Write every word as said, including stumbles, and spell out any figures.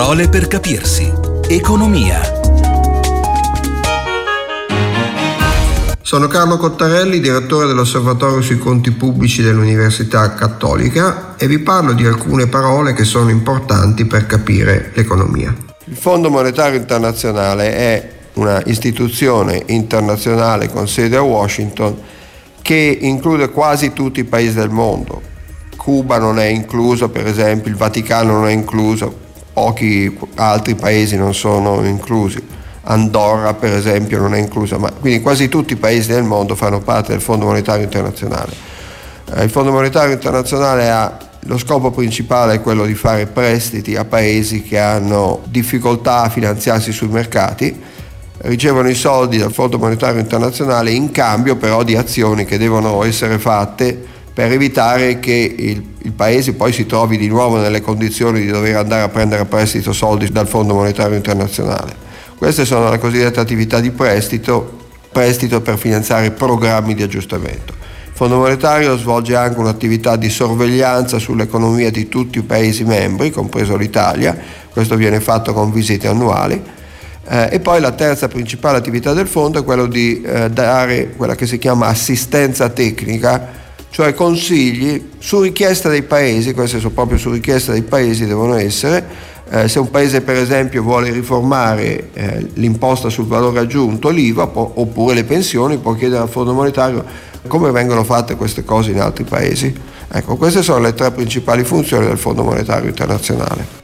Parole per capirsi. Economia. Sono Carlo Cottarelli, direttore dell'Osservatorio sui conti pubblici dell'Università Cattolica, e vi parlo di alcune parole che sono importanti per capire l'economia. Il Fondo Monetario Internazionale è una istituzione internazionale con sede a Washington che include quasi tutti i paesi del mondo. Cuba non è incluso, per esempio, il Vaticano non è incluso, pochi altri paesi non sono inclusi. Andorra, per esempio, non è inclusa, ma quindi quasi tutti i paesi del mondo fanno parte del Fondo Monetario Internazionale. Eh, il Fondo Monetario Internazionale ha lo scopo principale è quello di fare prestiti a paesi che hanno difficoltà a finanziarsi sui mercati, ricevono i soldi dal Fondo Monetario Internazionale in cambio però di azioni che devono essere fatte per evitare che il, il paese poi si trovi di nuovo nelle condizioni di dover andare a prendere a prestito soldi dal Fondo Monetario Internazionale. Queste sono le cosiddette attività di prestito, prestito per finanziare programmi di aggiustamento. Il Fondo Monetario svolge anche un'attività di sorveglianza sull'economia di tutti i Paesi membri, compreso l'Italia. Questo viene fatto con visite annuali. Eh, e poi la terza principale attività del Fondo è quello di eh, dare quella che si chiama assistenza tecnica, cioè consigli su richiesta dei Paesi, queste sono proprio su richiesta dei Paesi devono essere. Eh, se un paese per esempio vuole riformare eh, l'imposta sul valore aggiunto, l'I V A, po- oppure le pensioni, può chiedere al Fondo Monetario come vengono fatte queste cose in altri paesi. Ecco, queste sono le tre principali funzioni del Fondo Monetario Internazionale.